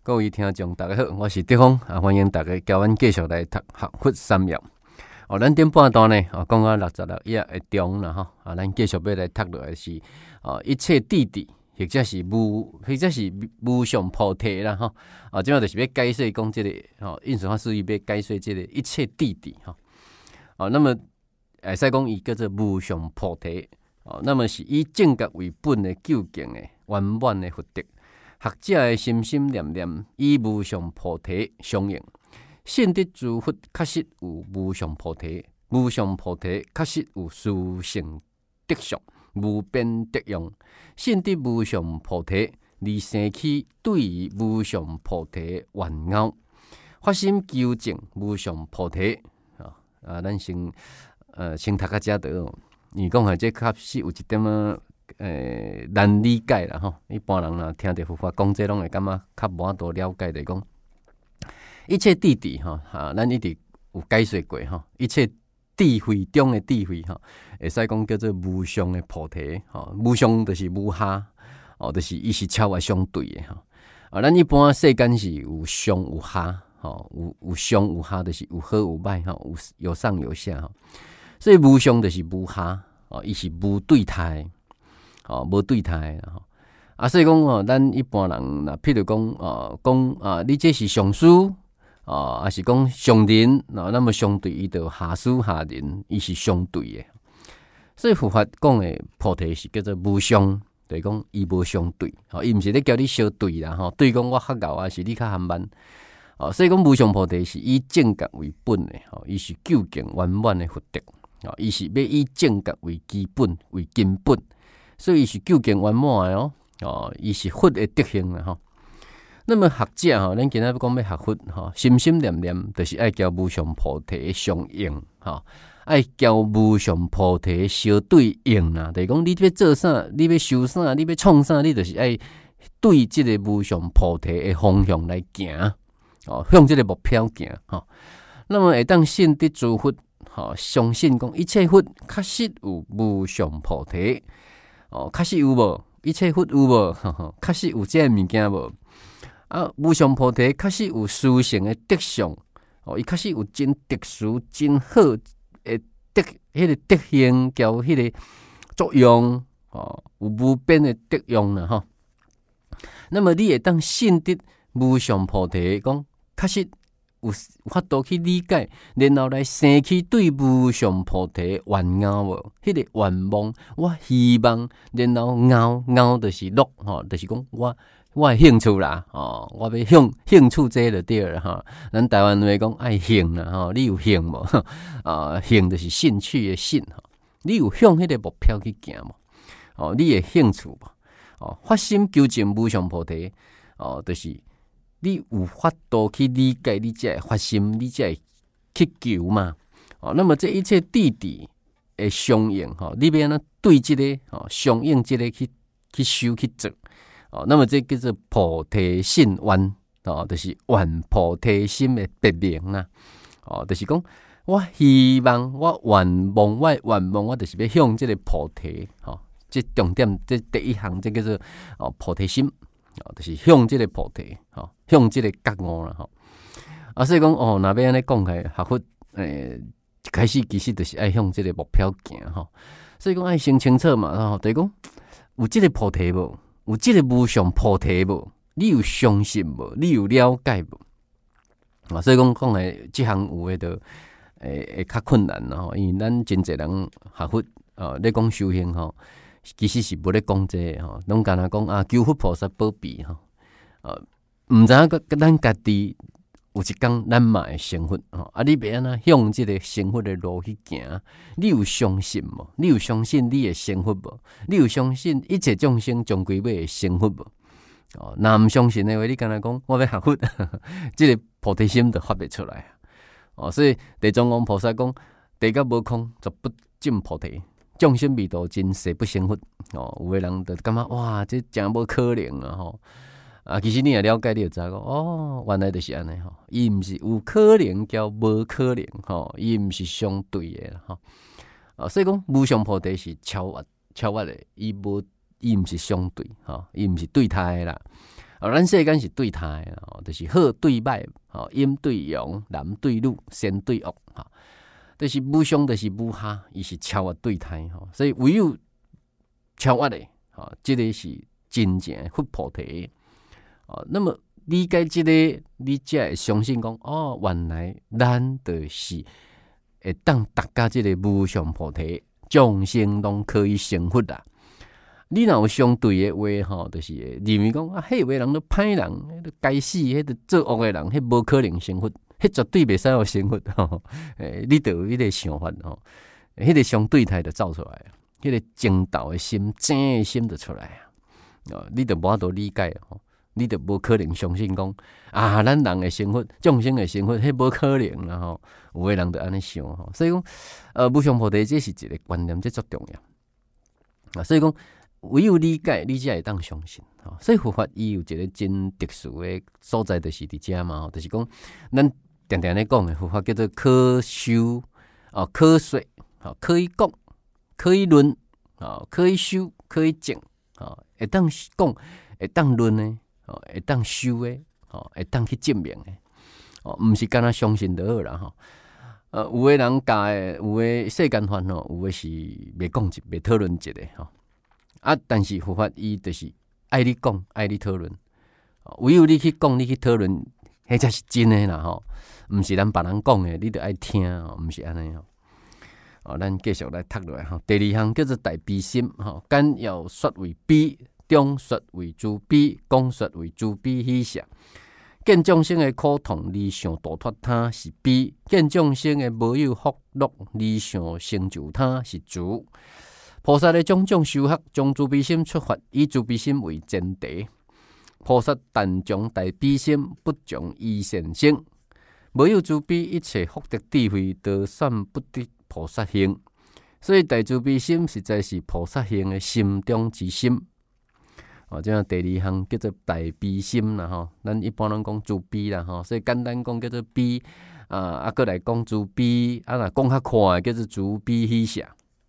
各位听众，大家好，我是德峰欢迎大家交阮继续来读学佛三要。咱顶半段呢，讲到66页的中啦吼，咱继续要来读落来是一切谛谛，或者是无上菩提啦吼。即摆就是要解释讲即个印顺法师伊要解释即个一切谛谛吼。那么会使讲伊叫做无上菩提。那么是以正觉为本的究竟的圆满的佛德。学者的心心念念以无上菩提相应，信得诸佛确实有无上菩提，无上菩提确实有殊胜德相，无边德用。信得无上菩提，而生起对于无上菩提愿傲，发心求证无上菩提。咱先读到遮倒，伊讲这确实有一点难理解啦吼，一般人听到佛法讲这拢会感觉较无法度了解的讲，一切谛谛吼，咱一直有解说过吼，一切智慧中的智慧吼，会使讲叫做无上的菩提吼，无上就是无下就是伊是超越相对的吼。咱一般世间是有上有下吼，有上有下，就是有好有歹吼，有上有下吼。所以无上就是无下伊是无对态。无对态啦所以讲咱一般人譬如讲你这是上师还是讲上人那么相对伊就下师下人，伊是相对的。所以佛法讲的菩提是叫做无上，就是讲伊无相对伊毋是咧叫你相对啦对讲我较敖是你较含慢所以讲无上菩提是以正觉为本的伊是究竟圆满的佛德伊是要以正觉为基本为根本。所以是究竟圆满的伊是佛的德行啦那么学者咱今仔要讲要学佛心心念念就是爱交无上菩提相应爱交无上菩提相对应啦。就是讲你要做啥，你要修啥，你要创啥，你就是爱对这个无上菩提的方向来行向这个目标行那么会当信得诸佛相信讲一切佛确实有无上菩提。确实有无？一切佛有无？确实有这物件无？无上菩提确实有殊胜的德相，伊确实有真特殊、真好的迄个德行，交迄个作用，有无边的德用啦那么你会当信得无上菩提，讲确实有法度去理解，然后来生起对无上菩提愿傲无？迄个愿望，我希望，然后傲就是乐就是讲我的兴趣啦我要兴趣这就对了咱台湾话讲爱兴啦你有兴无兴就是兴趣的兴你有向迄个目标去行无你的兴趣无发心求证无上菩提就是你有法度去理解，你才会发心，你才会去求嘛。那么这一切谛谛的相应你要安怎对这个相应这个去修去做那么这叫做菩提心愿就是愿菩提心的别名啦就是讲我希望我愿望我就是要向这个菩提这重点这第一项这叫做菩提心就是向这个菩提向这个觉悟啦所以讲若要安尼讲起来学佛一开始其实就是爱向这个目标行所以讲爱先清楚嘛就是讲有这个菩提无，有这个无上菩提无，你有相信无，你有了解无所以讲起这项有诶就会较困难因为咱真侪人学佛咧讲修行其实是无咧讲这个拢干那讲求佛菩萨保庇毋知影咱家己有一天咱嘛会成佛你要安怎向这个成佛的路去行？你有相信无？你有相信你会成佛无？你有相信一切众生终归会成佛无？若毋相信的话，你干那讲我要学佛，这个菩提心就发不出来所以地藏王菩萨讲：地甲无空，则不证菩提。众生未度尽，誓不成佛。有的人就感觉哇，这真无可能其实你也了解，你就知道原来就是安尼伊毋是有可能叫无可能伊毋是相对的所以讲无上菩提是超越的，伊毋是相对伊毋是对态的啦咱世间是对他的就是好对歹，阴对阳，男对女，善对恶，就是无上，就是无下，伊是超越对他，所以唯有超越的，这个是真正的佛菩提。那么理解这个，你才会相信讲，原来咱就是会当达到这个无上菩提，众生拢可以成佛啦。你若有相对的话，就是认为讲迄位人都歹人，迄该死，迄个做恶的人，迄无可能成佛，迄绝对袂使有成佛。你就有迄个想法迄个相对态就走出来，迄个正道的心、正的心就出来你就无法度理解你就无可能相信讲咱人的成佛，众生的成佛，迄无可能啦有的人就安尼想所以讲无上菩提这是一个观念，这足重要所以讲。唯有理解，你才会当相信。所以佛法伊有一个真特殊的所在，就是伫遮嘛，就是讲咱常常咧讲的佛法叫做可修可说可以讲，可以论可以修，可以证会当讲，会当论的会当修的会当去证明的毋是干那相信就好啦有的人教的，有的世间法有的是袂讲袂讨论一个但是佛法伊就是爱你讲，爱你讨论，唯有你去讲，你去讨论，迄才是真的啦毋是咱别人讲的，你得爱听毋是安尼咱继续来读落来第二项叫做大悲心简要说为悲，中说为慈悲，广说为慈悲喜舍。见众生的苦痛，而想度脱他是悲；见众生的无有福乐，而想成就他是慈。菩萨的种种修学，从慈悲心出发，以慈悲心为前提。菩萨但将大悲心，不将依善生。无有慈悲，一切福德智慧都算不得菩萨行。所以大慈悲心实在是菩萨行的心中之心。这样第二项叫做大悲心啦咱一般人讲慈悲啦所以简单讲叫做悲搁来讲慈悲若讲较快叫做慈悲喜舍。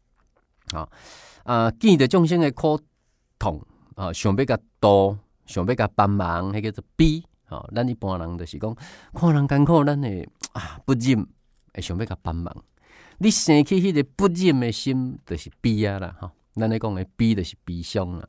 见着众生的苦痛想要甲度，想要甲帮忙，迄叫做悲咱一般人就是讲看人艰苦，咱会不忍，会想要甲帮忙。你生起迄个不忍的心，就是悲啦咱咧讲的悲就是悲伤啦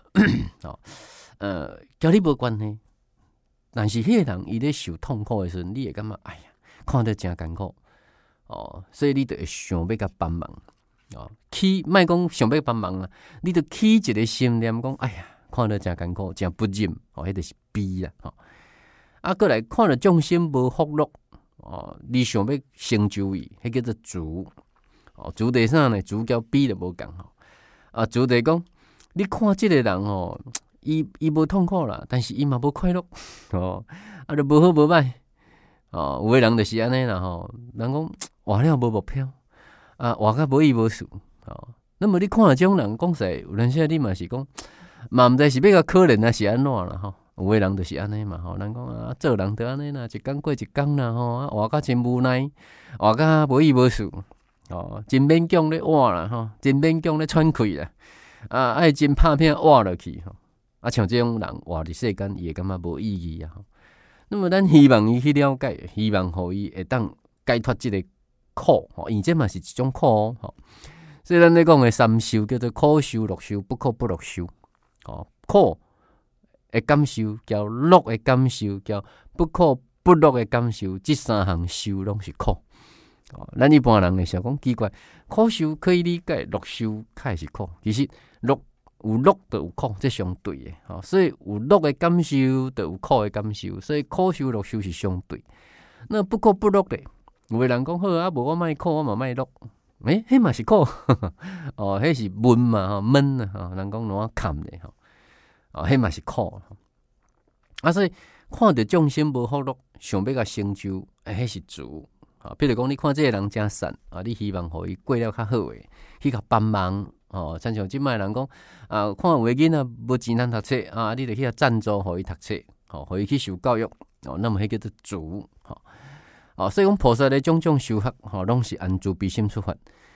交你无关系。但是迄个人伊咧受痛苦的时候，你会感觉看得真艰苦所以你就会想要甲帮忙。起莫讲想要帮忙啦，你就起一个心念讲，看到真艰苦，真不忍迄就是悲啦过来看到众生无福乐你想要成就伊，迄叫做慈慈地啥呢？慈交悲就无共慈地讲，你看即个人伊无痛苦啦，但是伊嘛无快乐就无好无歹有的人就是安尼啦人讲活了无目标活甲无依无事那么你看这种人讲实有阵时你嘛是讲嘛毋知是要甲可怜是安怎啦有的人就是安尼嘛人讲做人就安尼啦，一天过一天啦活甲真无奈，活甲无依无事真勉强咧活啦真勉强咧喘气啦爱真拍拼活落去像这种人活伫世间，伊会感觉无意义那么咱希望伊去了解，希望互伊会当解脱即个苦因为这嘛是一种苦所以咱咧讲的三修叫做苦修、乐修、不苦不乐修苦的感受叫乐的感受，叫不苦不乐的感受，这三项修拢是苦咱一般人会想讲奇怪，苦修可以理解，乐修较是苦，其实乐有乐就有苦，这相对的所以有乐的感受就有苦的感受，所以苦修乐修是相对。那不苦不乐的，有的人讲好无我莫苦，我嘛莫乐，迄嘛是苦迄是闷嘛闷人讲哪坎的迄嘛是苦所以看到众生无福乐，想要甲成就迄是慈比如讲你看这个人真善你希望互伊过了较好诶，去甲帮忙亲像即摆人讲看有个囡仔无钱通读册你著去赞助互伊读册互伊去受教育那么迄叫做慈所以讲菩萨的种种修学拢是按慈悲心出发，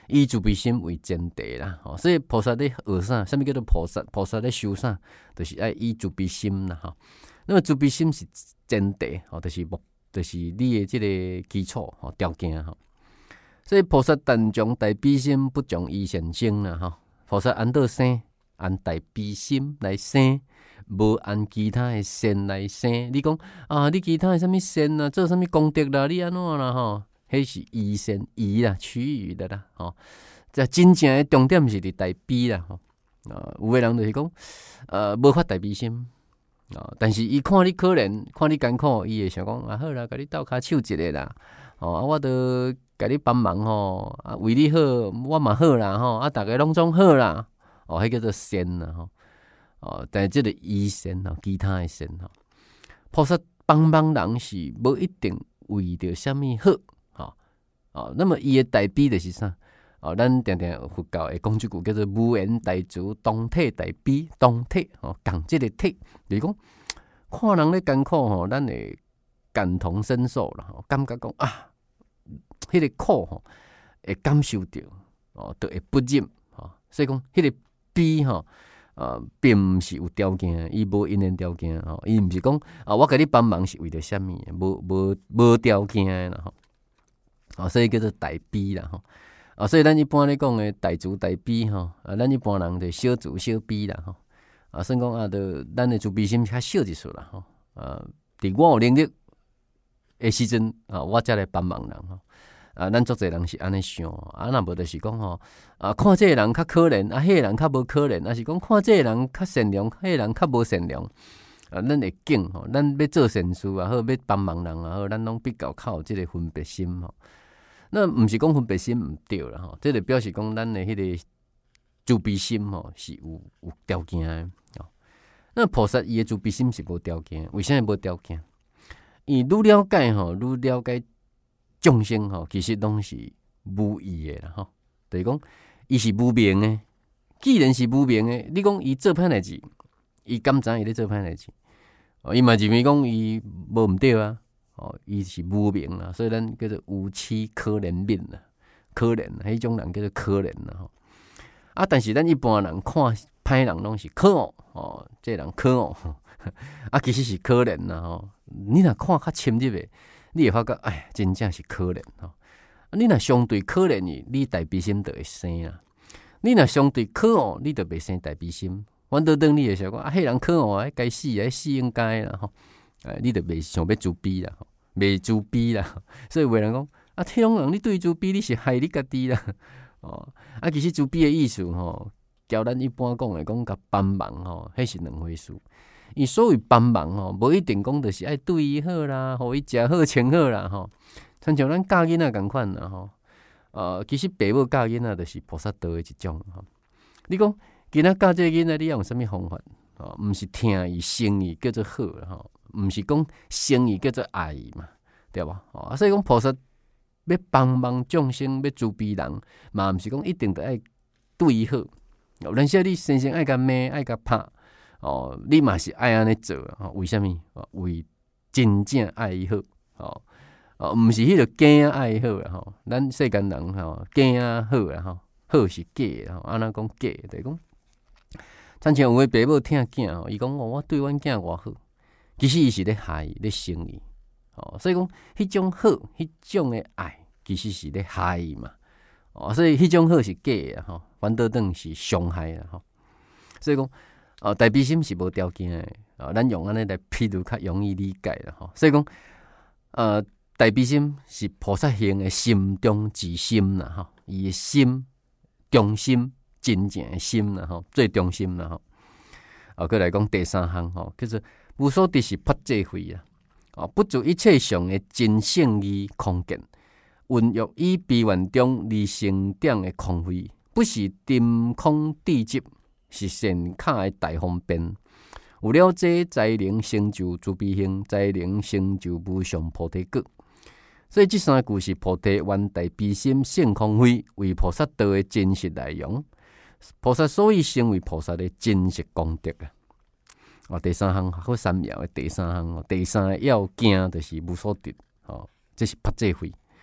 以慈悲心为前提啦。所以菩萨咧学啥？什么叫做菩萨？菩萨咧修啥？就是爱以慈悲心啦。那么慈悲心是前提，就是你的这个基础条件。所以菩萨但将大悲心，不将依善生啦。菩萨按倒生，按大悲心来生。无按其他的善来生，你讲啊，你其他的什么善啊，做什么功德啦，你安怎啦？迄是依善依啦，取予的啦。这真正的重点是伫大悲啦。有个人就是讲，无发大悲心但是伊看你可怜，看你艰苦，伊会想讲啊，好啦，甲你斗骹手一个啦。我都甲你帮忙为你好，我嘛好啦。大家拢总好啦。迄叫做善啦。但是这个依善其他的善菩萨帮人是无一定为着什么好那么伊的大悲就是啥咱常常佛教会讲一句叫做无缘大慈，同体大悲，同体共这个体，就是讲看人咧艰苦咱会感同身受啦，感觉讲啊，迄个苦会感受到就会不忍所以讲迄个悲并毋是有条件，伊无因缘条件伊毋是讲我甲你帮忙是为着啥物，无条件啦所以叫做大悲啦所以咱一般咧讲诶大慈大悲咱一般人就小慈小悲啦算讲就咱诶慈悲心较小一撮啦伫我有能力诶时阵我才来帮忙人咱足侪人是安尼想若无就是讲看这个人较可怜迄个人较无可怜，是讲看这个人较善良，迄个人较无善良咱会敬咱要做善事好，要帮忙人好，咱拢比较靠这个分别心那毋是讲分别心毋对啦这就表示讲咱的迄个慈悲心是有条件的那菩萨伊的慈悲心是无条件，为啥无条件？伊愈了解愈了解众生其实拢是无意的啦就是讲伊是无明的。既然是无明的，你讲伊做歹代志，伊敢知伊咧做歹代志？伊嘛认为讲伊无毋对啊。伊是无明啦，所以咱叫做有痴可怜悯啦，可怜迄种人叫做可怜啦但是咱一般人看歹人拢是可恶这人可恶其实是可怜啦你若看较深入的，你会发觉哎，真正是可怜你若相对可怜你大悲心就会生啦。你若相对可恶，你就袂生大悲心。反倒等你会想讲迄人可恶该死死应该啦你就袂想要自悲啦，袂自悲啦。所以有人讲迄种人你对自悲，你是害你家己啦其实自悲的意思交咱一般讲的讲甲帮忙迄是两回事。伊所谓帮忙无一定讲就是爱对伊好啦，互伊食好穿好啦亲像咱教囡仔共款啦其实爸母教囡仔就是菩萨道的一种你讲今仔教这个囡仔，你用什么方法毋是听伊生伊叫做好啦毋是讲生伊叫做爱伊嘛，对吧所以讲菩萨要帮忙众生，要慈悲人嘛，毋是讲一定得爱对伊好但是你生生爱甲骂爱甲拍你嘛是爱安尼做为什么为真正爱伊好毋是迄个假爱好啦咱世间人假好啦好是假啦安怎讲假？就是讲亲像有个爸母疼囝伊讲我对阮囝偌好，其实伊是咧害伊咧生伊所以讲迄种好迄种的爱其实是咧害伊嘛所以迄种好是假的反倒等是伤害啦所以讲大悲心是无条件的咱用安尼来譬如较容易理解啦所以讲大悲心是菩萨行的心中之心啦伊的心中心真正的心啦最中心啦再来讲第三项叫做无所得是法智慧啦不足一切上的真圣义空见，运用以悲愿中离成长的空慧，不是dim空地集，是善巧的大方便。有了这才能成就慈悲行，才能成就无上菩提果。所以这三句是菩提愿大悲心性空慧为菩萨道的真实内容。菩萨所以成为菩萨的真实功德第三项好三爻的第三项，第三个要件就是无所得这是法智慧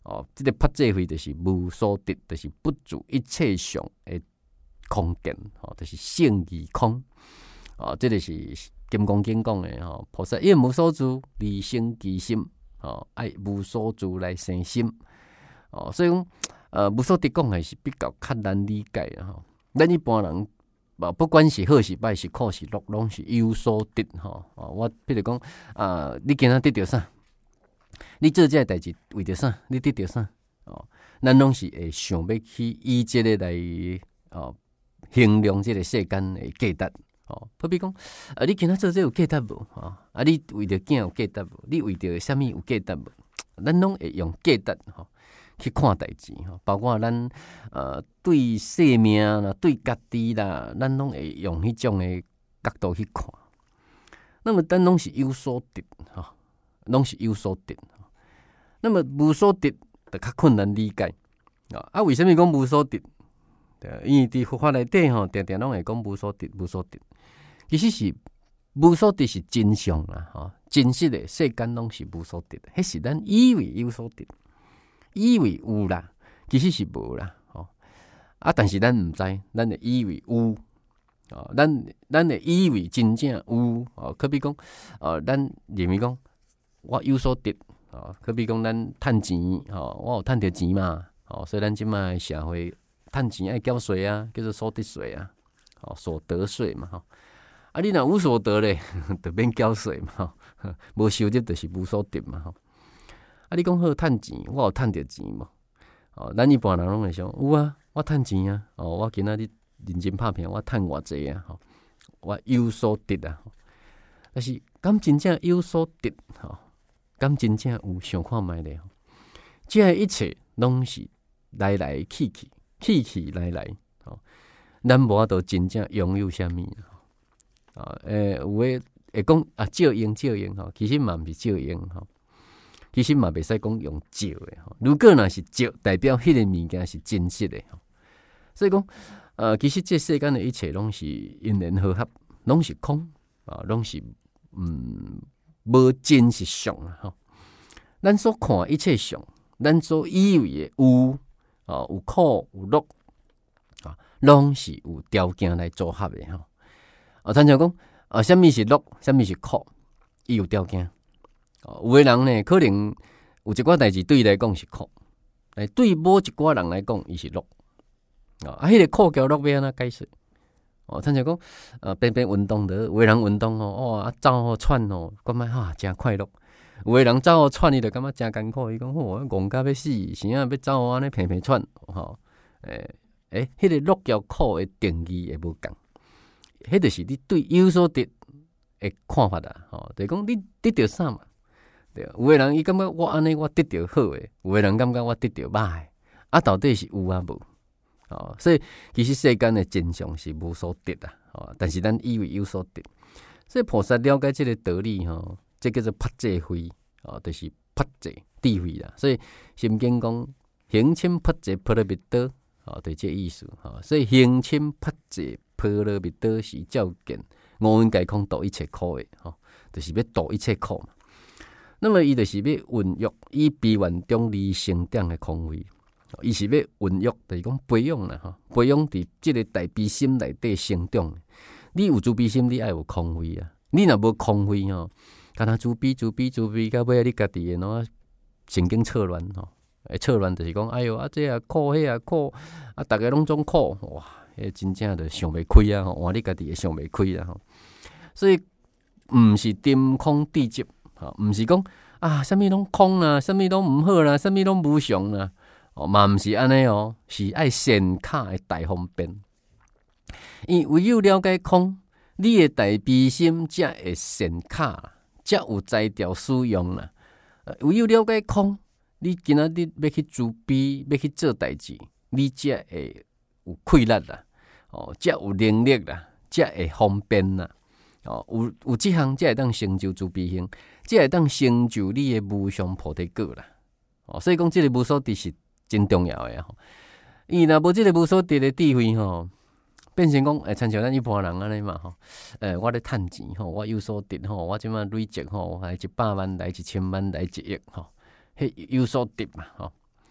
这个拍这费就是无所得，就是不住一切上的空见，就是性而空。这个是金刚经讲的菩萨因无所住，离生其心，爱无所住来生心。所以讲，无所得讲还是比较较难理解的。咱一般人，不管是好是歹，是苦是乐，拢是有所得。我比如讲，你今仔得到啥？你做这代志为着啥？你得到啥？咱拢是会想要去以这个来衡量这个世间的价值。好比讲，你今仔做这有价值无？你为着囝有价值无？你为着啥物有价值无？咱拢会用价值去看代志，包括咱对生命啦、对家己啦，咱拢会用迄种的角度去看。那么咱拢是有所得，拢是有所得。那么无所得就较困难理解。为什么讲无所得？因为伫佛法内底定定拢会讲无所得，无所得。其实是无所得是真相啦，真实的世间拢是无所得，迄是咱以为有所得，以为有啦，其实是无啦，但是咱毋知，咱会以为有，咱会以为真正有，可比讲，咱认为讲我有所得，可比讲咱趁钱，我有趁着钱嘛，所以咱即卖社会趁钱爱缴税啊，叫做所得税啊，所得税嘛，你若有所得咧，就免缴税嘛，无收入就是无所得嘛，你讲好趁钱，我有趁着钱无？咱一般人拢会想，有啊，我趁钱啊，我今仔日认真拍拼，我趁偌济啊，我有所得啊。但是，敢真正有所得？敢真正有想看觅咧？这一切拢是来来去去，去去来来，咱无法度真正拥有啥物。有诶会讲照应照应其实嘛毋是照应其实嘛袂使讲用照诶如果若是照，代表迄个物件是真实诶所以讲其实这世间的一切拢是因缘和合，拢是空拢是无真实相咱所看一切相，咱所以为的有有苦有乐拢是有条件来组合的参像讲什么是乐，什么是苦，伊有条件。有的人呢，可能有一寡代志对伊来讲是苦，对某一寡人来讲伊是乐。迄个苦交乐要安怎解释？参像讲边边运动的，有的人运动走喘感觉真快乐；有的人走喘，伊就感觉真艰苦。伊讲戆甲要死，生要走安尼平平喘迄个乐交苦的定义会无共。迄就是你对有所得的看法啦，就是讲你得到啥嘛？对，有的人伊感觉我安尼我得到好诶，有的人感觉我得到歹诶，到底是有无？所以其实世间的真相是无所得啦，但是咱以为有所得，所以菩萨了解这个道理这叫做拍智慧，就是拍智智慧啦。所以心经讲行深拍智波罗蜜多，对这意思所以行深拍智波罗蜜多是照见五蕴皆空度一切苦的，就是要度一切苦嘛。那么伊就是要运用以悲愿中离成长的空慧，伊是要运用，就是讲培养啦，培养伫这个大悲心内底成长。你有慈悲心，你爱有空慧啊。你若无空慧干那慈悲到尾你家己的神经错乱错乱就是讲，哎哟这也苦，迄也苦大家拢总苦哇！真正就想袂开啊！换你家己也想袂开啦！所以毋是dim空地执，毋是讲啥物拢空啦，啥物拢毋好啦，啥物拢无常啦，嘛毋是安尼是爱善巧的大方便。因为唯有了解空，你的大悲心才会善巧，才有才调使用啦。唯有了解空，你今仔日要去慈悲，要去做代志，你才会有气力啦。才有能力啦，才会方便啦。有这项才会当成就慈悲行，才会当成就你的无上菩提果啦。所以讲，这个无所得是真重要的伊若无这个无所得的智慧变成讲参像咱一般人安尼嘛我咧趁钱我有所得我即马累积来100万，来1000万，来1亿迄有所得嘛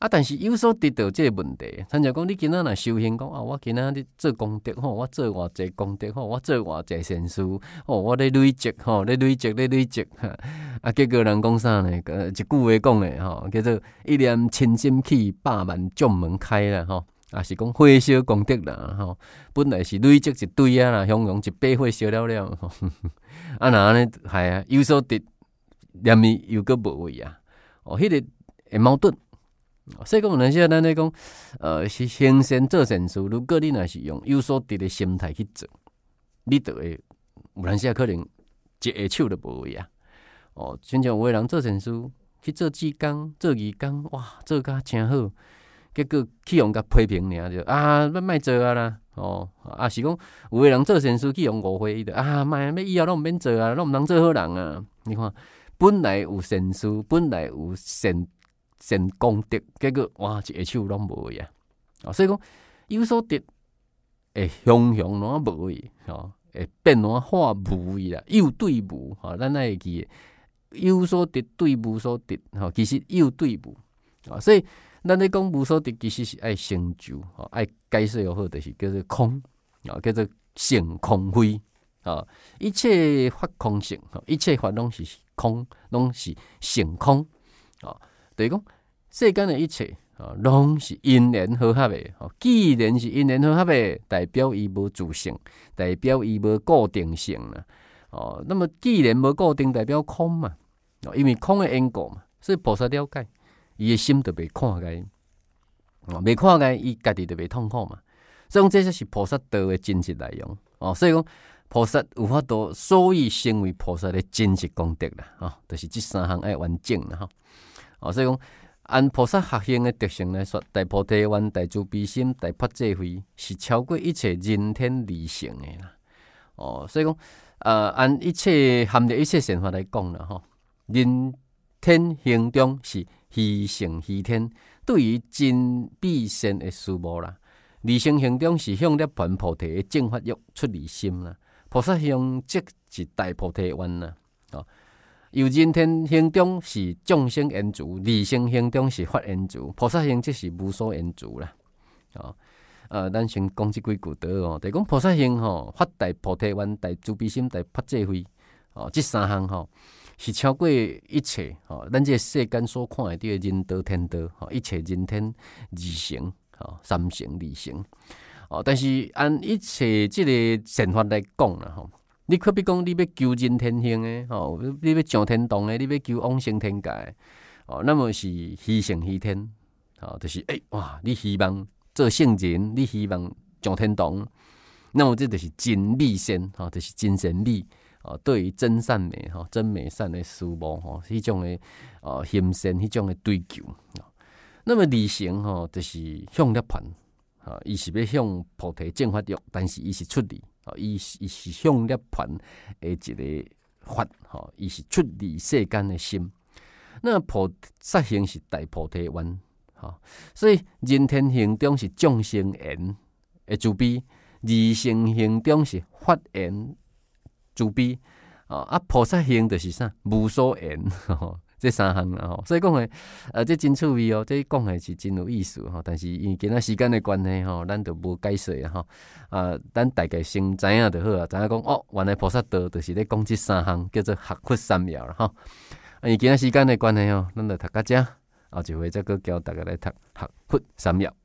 但是有所得到这个问题，参照讲你今仔若修行讲我今仔日做功德吼，我做偌济功德吼，我做偌济善事我咧累积吼，咧累积结果人讲啥呢？一句话讲诶吼，叫做一念清心起，百万众门开啦吼。是讲火烧功德啦吼，本来是累积一堆啦，汹涌一把火烧了吼。若安尼系有所得，念伊又搁无位啊。迄个会矛盾。所以讲有阵时咱咧讲，是行善做善事。如果你若是用有所得的心态去做，你就会有阵时可能一下手就无位啊。亲像有个人做善事，去做志工、做义工，哇，做甲真好。结果去用甲批评尔就莫做啊啦。是讲有个人做善事去用误会伊就莫以后拢毋免做啊，拢毋通做好人啊。你看，本来有善事，本来有善功德，结果哇一下手拢无啊！所以讲有所得会雄拢无位，会变化化无位啦，有对无，咱会记有所得对无所得，其实有对无，所以咱咧讲无所得，其实是爱成就，爱解释又好，就是叫做空，叫做性空非，一切法空性，一切法拢是空，拢是性空，就是讲世间的一切拢是因缘和合的。既然是因缘和合的，代表伊无自性，代表伊无固定性啦。那么既然无固定，代表空嘛。因为空的因果嘛，所以菩萨了解，伊的心就袂看开，袂看开，伊家己就袂痛苦嘛。所以讲这才是菩萨道的真实内容。所以讲菩萨有法度，所以成为菩萨的真实功德啦。就是这三项爱完整啦。所以讲。按菩萨学行的特性来说，大菩提愿、大慈悲心、大发智慧，是超过一切人天理性的啦。所以讲，按一切含着一切善法来讲啦，人天行中是虚性虚天，对于真必善的事物啦。理性行中是向涅槃菩提的正法欲出离心啦。菩萨行即是大菩提愿啦。由人天行中是众生缘足，理性行中是法缘足，菩萨行即是无所缘足啦。咱先讲即几句道就是讲菩萨行发大菩提愿、大慈悲心、大发智慧，这三项是超过一切咱这世间所看的这个人道、天道，一切人天二乘、三乘、二乘。但是按一切这个善法来讲啦，你可比讲，你要求人天行的，你要上天堂的，你要求往生天界的，那么是虚性虚天，就是你希望做圣人，你希望上天堂，那么这就是真美善，就是真善美，对于真善美，真美善的事物，迄种的行善，迄种的追求。那么理性，就是向涅槃，伊是要向菩提正法欲，但是伊是出离。伊是向涅槃的一个法，伊是出离世间的心。那菩萨行是大菩提愿，所以人天行中是众生缘的慈悲，二乘行中是法缘慈悲，菩萨行就是啥？无所缘。这三项啦，所以讲诶，这真趣味这讲诶是真有意思但是因为今仔时间的关系咱就无解释咱大概先知影就好啊，知影讲原来菩萨道就是咧讲这三项叫做学佛三要啦因为今仔时间的关系咱就读到这，后一回再搁教大家来读学佛三要。